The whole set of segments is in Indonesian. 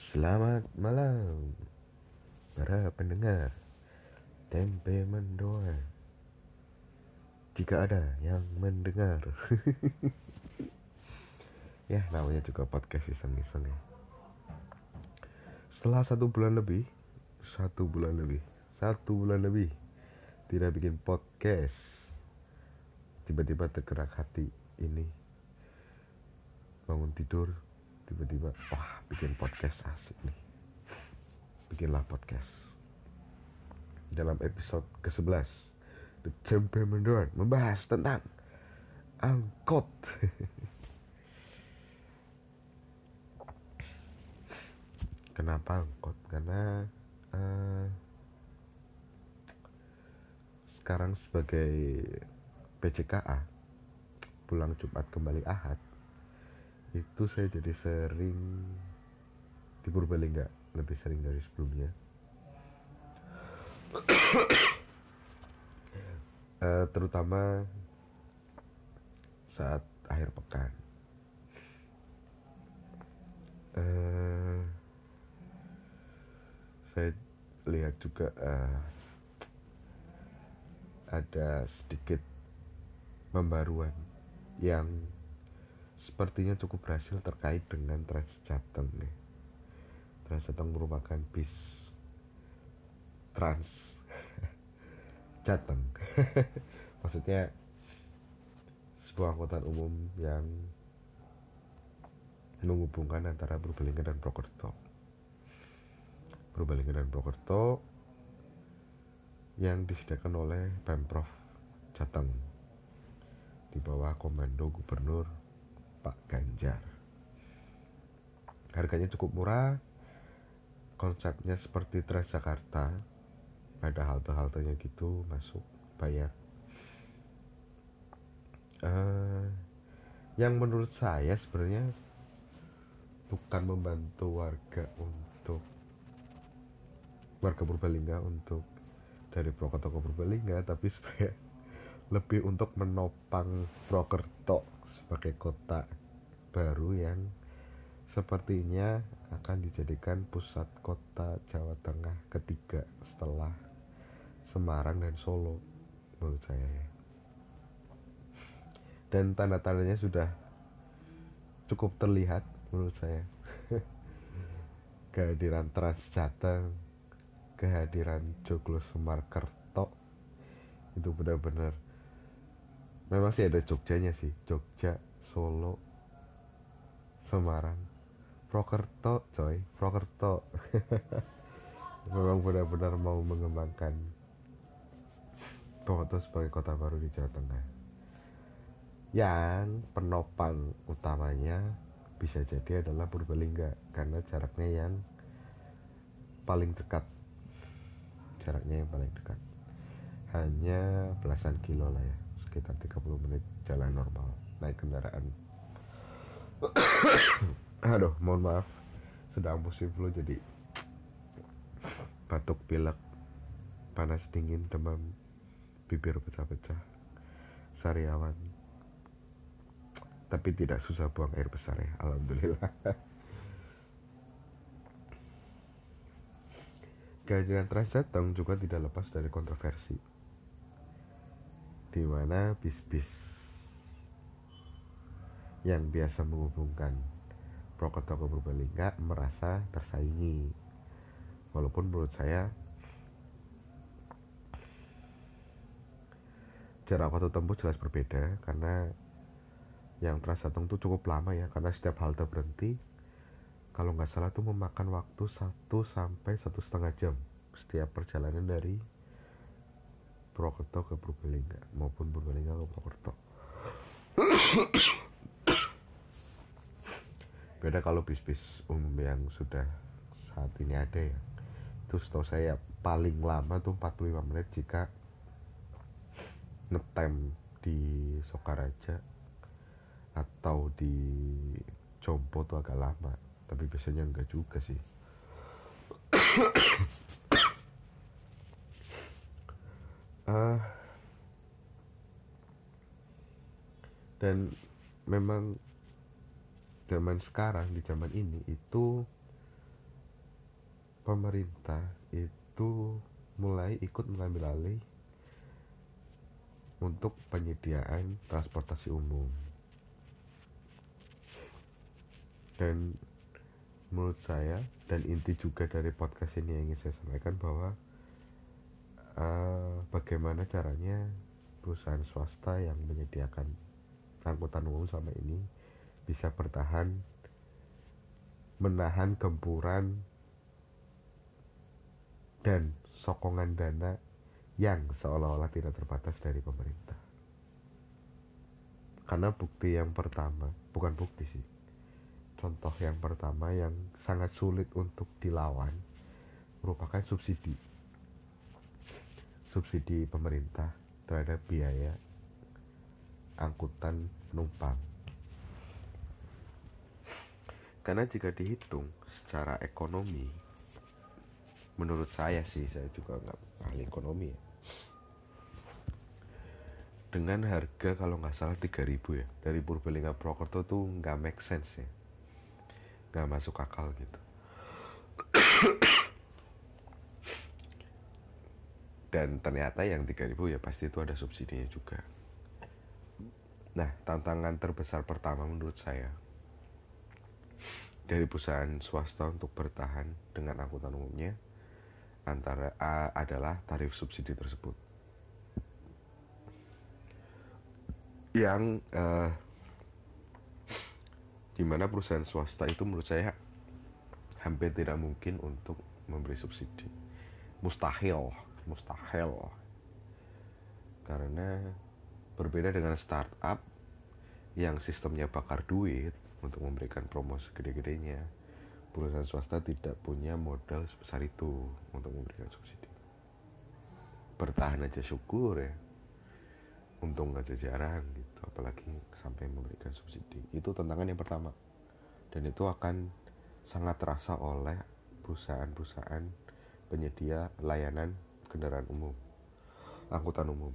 Selamat malam para pendengar Tempe Mendoan. Jika ada yang mendengar ya, namanya juga podcast iseng-iseng ya. Setelah satu bulan lebih tidak bikin podcast, tiba-tiba tergerak hati ini. Bangun tidur, tiba-tiba wah, bikin podcast asik nih. Bikinlah podcast. Dalam episode ke-11 The Tempe Mendoan membahas tentang angkot. Kenapa angkot? Karena sekarang sebagai PJKA, pulang Jumat kembali Ahad, itu saya jadi sering di Purbalingga, lebih sering dari sebelumnya. Terutama saat akhir pekan. Saya lihat juga ada sedikit pembaruan yang sepertinya cukup berhasil terkait dengan Trans Jateng nih. Trans Jateng merupakan bis Trans Jateng maksudnya sebuah angkutan umum yang menghubungkan antara Purbalingga dan Purbalingga yang disediakan oleh Pemprov Jateng di bawah komando Gubernur Pak Ganjar. Harganya cukup murah, konsepnya seperti Transjakarta, ada halte-haltenya gitu, masuk bayar. Yang menurut saya sebenarnya bukan membantu warga Purbalingga untuk dari Purwokerto ke Purbalingga, tapi sebenarnya lebih untuk menopang Purwokerto sebagai kota baru yang sepertinya akan dijadikan pusat kota Jawa Tengah ketiga setelah Semarang dan Solo menurut saya ya. Dan tanda-tandanya sudah cukup terlihat menurut saya. Kehadiran Trans Jateng, kehadiran Joglo Semarkerto, itu benar-benar memang sih ada Jogjanya sih, Jogja, Solo, Semarang, Purwokerto memang benar-benar mau mengembangkan Purwokerto sebagai kota baru di Jawa Tengah, yang penopang utamanya bisa jadi adalah Purbalingga karena jaraknya yang paling dekat, hanya belasan kilo lah ya, sekitar 30 menit jalan normal naik kendaraan. Aduh, mohon maaf, sedang musim flu jadi batuk, pilek, panas dingin, demam, bibir pecah-pecah, sariawan, tapi tidak susah buang air besar ya, alhamdulillah. Kehadiran Trans Jateng juga tidak lepas dari kontroversi, di mana bis-bis yang biasa menghubungkan Purwokerto ke Purbalingga merasa tersaingi. Walaupun menurut saya jarak waktu tempuh jelas berbeda, karena yang Trans Jateng tuh cukup lama ya, karena setiap halte berhenti, kalau nggak salah tuh memakan waktu 1 sampai 1,5 jam setiap perjalanan dari Purwokerto ke Purbalingga maupun Purbalingga ke Purwokerto. Beda kalau bis-bis umum yang sudah saat ini ada ya, itu setahu saya paling lama tuh 45 menit jika ngetem di Sokaraja atau di Jompo tuh agak lama, tapi biasanya enggak juga sih. Dan memang zaman sekarang, di zaman ini itu pemerintah itu mulai ikut mengambil alih untuk penyediaan transportasi umum. Dan menurut saya, dan inti juga dari podcast ini yang ingin saya sampaikan, bahwa bagaimana caranya perusahaan swasta yang menyediakan angkutan umum selama ini bisa bertahan menahan gempuran dan sokongan dana yang seolah-olah tidak terbatas dari pemerintah. Karena bukti yang pertama, bukan bukti sih, contoh yang pertama yang sangat sulit untuk dilawan merupakan subsidi pemerintah terhadap biaya angkutan penumpang. Karena jika dihitung secara ekonomi, menurut saya sih, saya juga nggak ahli ekonomi ya, dengan harga kalau nggak salah 3.000 ya dari Purbalingga Purwokerto tuh nggak make sense ya, nggak masuk akal gitu. Dan ternyata yang 3.000 ya pasti itu ada subsidinya juga. Nah, tantangan terbesar pertama menurut saya dari perusahaan swasta untuk bertahan dengan angkutan umumnya adalah tarif subsidi tersebut, yang dimana perusahaan swasta itu menurut saya hampir tidak mungkin untuk memberi subsidi, mustahil, karena berbeda dengan startup yang sistemnya bakar duit untuk memberikan promosi gede-gedenya. Perusahaan swasta tidak punya modal sebesar itu untuk memberikan subsidi. Bertahan aja syukur ya, untung aja jarang gitu, apalagi sampai memberikan subsidi. Itu tantangan yang pertama, dan itu akan sangat terasa oleh perusahaan-perusahaan penyedia layanan kendaraan umum, angkutan umum.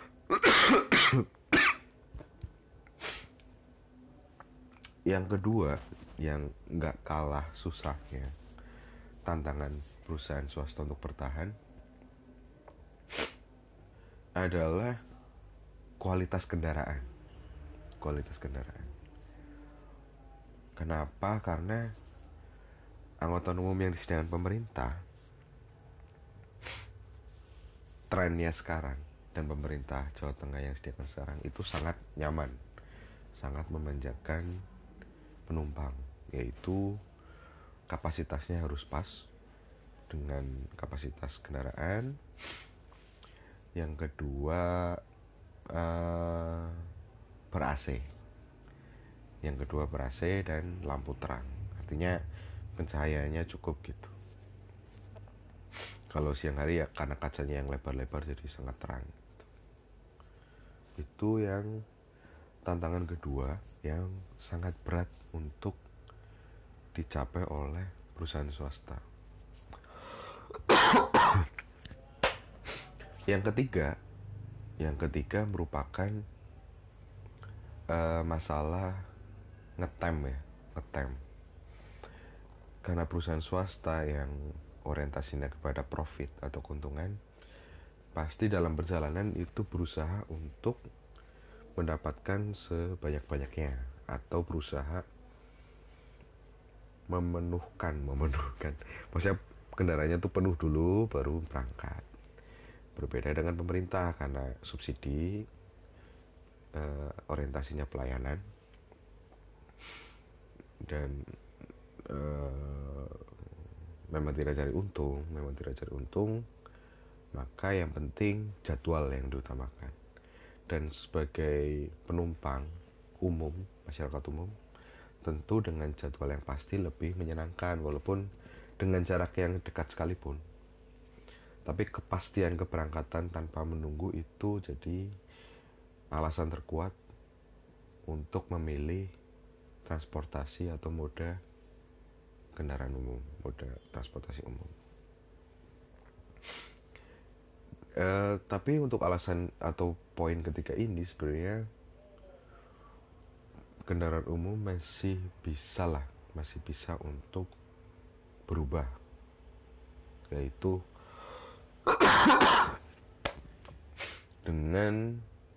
Yang kedua, yang nggak kalah susahnya tantangan perusahaan swasta untuk bertahan adalah kualitas kendaraan. Kenapa? Karena angkutan umum yang disediakan pemerintah, trennya sekarang, dan pemerintah Jawa Tengah yang disediakan sekarang itu sangat nyaman, sangat memanjakan penumpang, yaitu kapasitasnya harus pas dengan kapasitas kendaraan. Yang kedua, ber-AC dan lampu terang, artinya pencahayaannya cukup gitu. Kalau siang hari ya karena kacanya yang lebar-lebar jadi sangat terang gitu. Itu yang tantangan kedua yang sangat berat untuk dicapai oleh perusahaan swasta. Yang ketiga merupakan masalah ngetem. Karena perusahaan swasta yang orientasinya kepada profit atau keuntungan, pasti dalam perjalanan itu berusaha untuk mendapatkan sebanyak-banyaknya, atau berusaha memenuhkan maksudnya kendaraannya tuh penuh dulu baru berangkat. Berbeda dengan pemerintah, karena subsidi orientasinya pelayanan dan memang tidak cari untung, maka yang penting jadwal yang diutamakan. Dan sebagai penumpang umum, masyarakat umum, tentu dengan jadwal yang pasti lebih menyenangkan, walaupun dengan jarak yang dekat sekalipun. Tapi kepastian keberangkatan tanpa menunggu itu jadi alasan terkuat untuk memilih transportasi atau moda kendaraan umum, moda transportasi umum. Tapi untuk alasan atau poin ketiga ini sebenarnya kendaraan umum masih bisa untuk berubah. yaitu dengan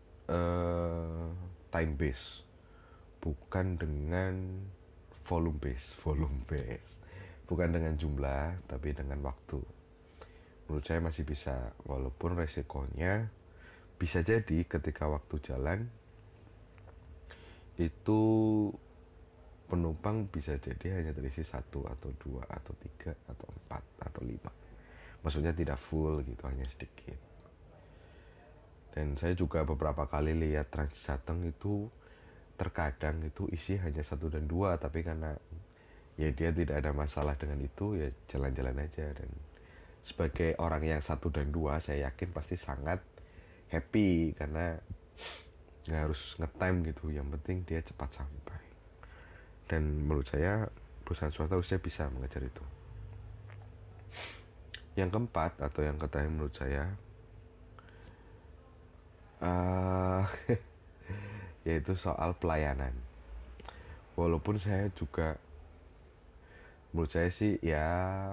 time base, bukan dengan volume base, bukan dengan jumlah tapi dengan waktu. Menurut saya masih bisa, walaupun resikonya bisa jadi ketika waktu jalan itu penumpang bisa jadi hanya terisi 1 atau 2 atau 3 atau 4 atau 5. Maksudnya tidak full gitu, hanya sedikit. Dan saya juga beberapa kali lihat Trans Jateng itu terkadang itu isi hanya 1 dan 2, tapi karena ya dia tidak ada masalah dengan itu, ya jalan-jalan aja. Dan sebagai orang yang 1 dan 2, saya yakin pasti sangat happy karena nggak harus ngetime gitu, yang penting dia cepat sampai. Dan menurut saya perusahaan swasta harusnya bisa mengejar itu. Yang keempat atau yang terakhir menurut saya yaitu soal pelayanan. Walaupun saya juga, menurut saya sih ya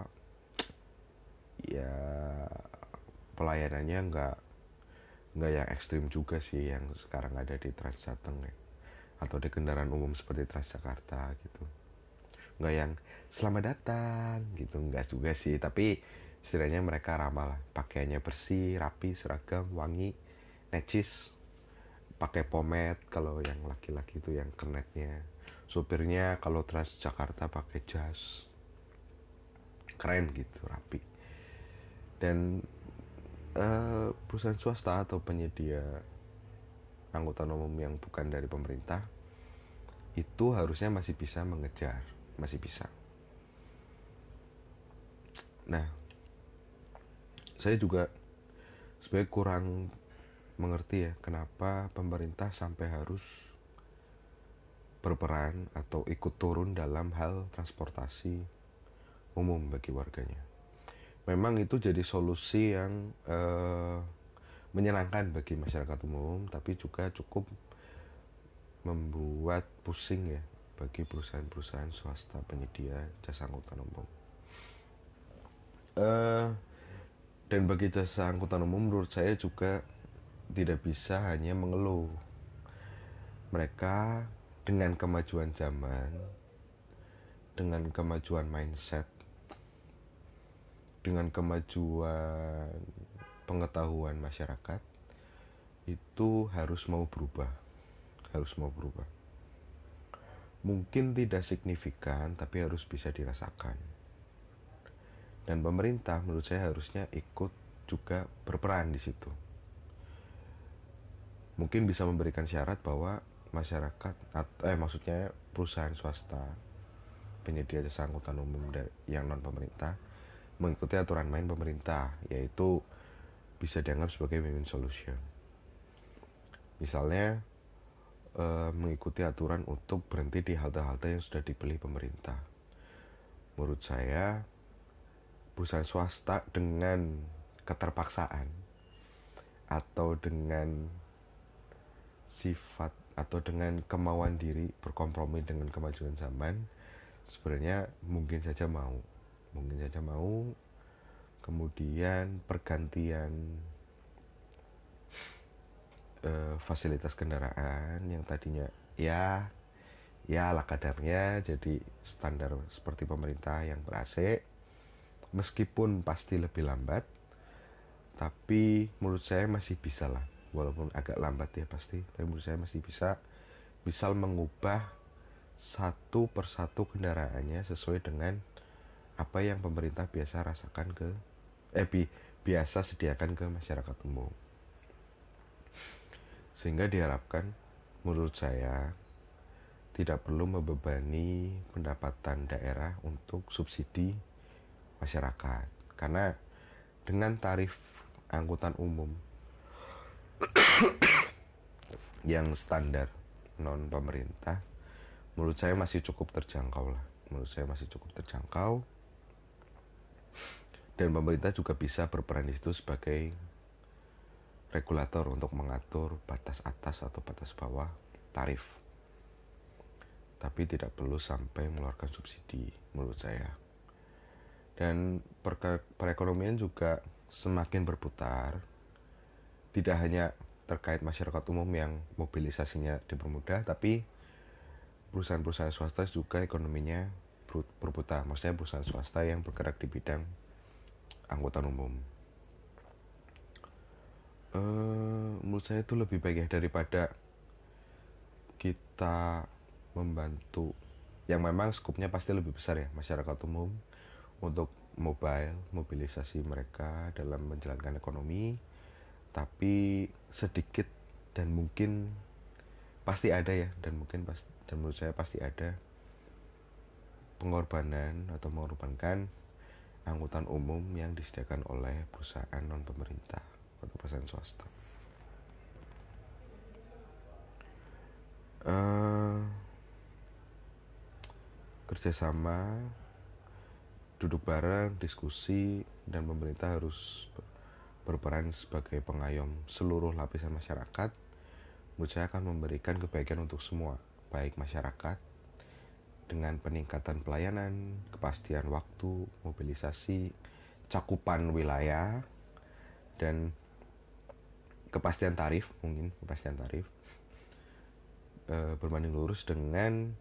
pelayanannya nggak yang ekstrim juga sih yang sekarang ada di Trans Jateng ya, atau di kendaraan umum seperti Transjakarta gitu. Nggak yang selamat datang gitu, nggak juga sih, tapi setidaknya mereka ramah lah, pakaiannya bersih, rapi, seragam, wangi, necis, pakai pomade kalau yang laki-laki itu yang kernetnya. Supirnya kalau Transjakarta pakai jas, keren gitu, rapi. Dan perusahaan swasta atau penyedia angkutan umum yang bukan dari pemerintah itu harusnya masih bisa mengejar, masih bisa. Nah, saya juga sebenarnya kurang mengerti ya kenapa pemerintah sampai harus berperan atau ikut turun dalam hal transportasi umum bagi warganya. Memang itu jadi solusi yang menyenangkan bagi masyarakat umum, tapi juga cukup membuat pusing ya bagi perusahaan-perusahaan swasta penyedia jasa angkutan umum. Dan bagi jasa angkutan umum menurut saya juga tidak bisa hanya mengeluh. Mereka dengan kemajuan zaman, dengan kemajuan mindset, dengan kemajuan pengetahuan masyarakat, itu harus mau berubah. Mungkin tidak signifikan, tapi harus bisa dirasakan. Dan pemerintah menurut saya harusnya ikut juga berperan di situ. Mungkin bisa memberikan syarat bahwa masyarakat maksudnya perusahaan swasta penyedia jasa angkutan umum yang non pemerintah mengikuti aturan main pemerintah, yaitu bisa dianggap sebagai win-win solution. Misalnya mengikuti aturan untuk berhenti di halte-halte yang sudah dipilih pemerintah. Menurut saya perusahaan swasta dengan keterpaksaan atau dengan sifat atau dengan kemauan diri berkompromi dengan kemajuan zaman, sebenarnya mungkin saja mau kemudian pergantian fasilitas kendaraan yang tadinya ya ala kadarnya jadi standar seperti pemerintah yang ber-AC, meskipun pasti lebih lambat, tapi menurut saya masih bisa lah, walaupun agak lambat ya pasti, tapi menurut saya masih bisa misal mengubah satu persatu kendaraannya sesuai dengan apa yang pemerintah biasa rasakan biasa sediakan ke masyarakat umum. Sehingga diharapkan menurut saya tidak perlu membebani pendapatan daerah untuk subsidi masyarakat, karena dengan tarif angkutan umum yang standar non pemerintah menurut saya masih cukup terjangkau lah. Dan pemerintah juga bisa berperan di situ sebagai regulator untuk mengatur batas atas atau batas bawah tarif, tapi tidak perlu sampai mengeluarkan subsidi menurut saya. Dan perekonomian juga semakin berputar, tidak hanya terkait masyarakat umum yang mobilisasinya dipermudah, tapi perusahaan-perusahaan swasta juga ekonominya berputar. Maksudnya perusahaan swasta yang bergerak di bidang angkutan umum. Menurut saya itu lebih baik ya daripada kita membantu yang memang skupnya pasti lebih besar ya, masyarakat umum, untuk mobilisasi mereka dalam menjalankan ekonomi, tapi sedikit dan mungkin pasti ada ya, dan menurut saya pasti ada pengorbanan atau mengorbankan angkutan umum yang disediakan oleh perusahaan non pemerintah atau perusahaan swasta. Kerjasama, duduk bareng, diskusi, dan pemerintah harus berperan sebagai pengayom seluruh lapisan masyarakat. Menurut saya akan memberikan kebaikan untuk semua, baik masyarakat dengan peningkatan pelayanan, kepastian waktu, mobilisasi, cakupan wilayah, dan kepastian tarif, berbanding lurus dengan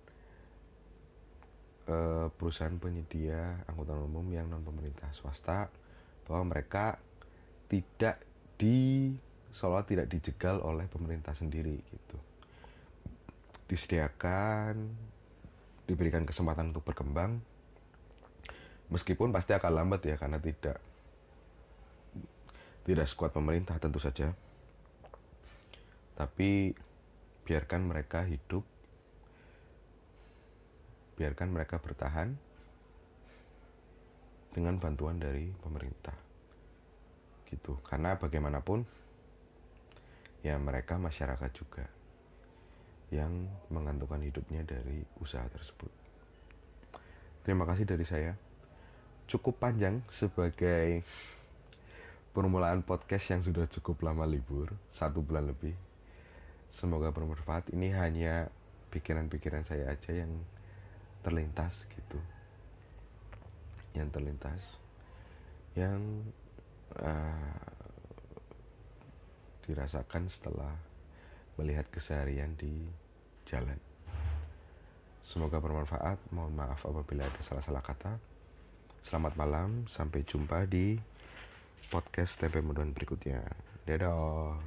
perusahaan penyedia angkutan umum yang non pemerintah swasta, bahwa mereka tidak seolah tidak dijegal oleh pemerintah sendiri gitu. Disediakan, diberikan kesempatan untuk berkembang, meskipun pasti akan lambat ya, karena tidak sekuat pemerintah tentu saja. Tapi biarkan mereka hidup, biarkan mereka bertahan dengan bantuan dari pemerintah gitu. Karena bagaimanapun ya mereka masyarakat juga yang menggantungkan hidupnya dari usaha tersebut. Terima kasih dari saya. Cukup panjang sebagai permulaan podcast yang sudah cukup lama libur, 1 bulan lebih. Semoga bermanfaat. Ini hanya pikiran-pikiran saya aja yang terlintas gitu, yang dirasakan setelah melihat keseharian di jalan. Semoga bermanfaat. Mohon maaf apabila ada salah-salah kata. Selamat malam, sampai jumpa di podcast Tempe Mendoan berikutnya. Dadah.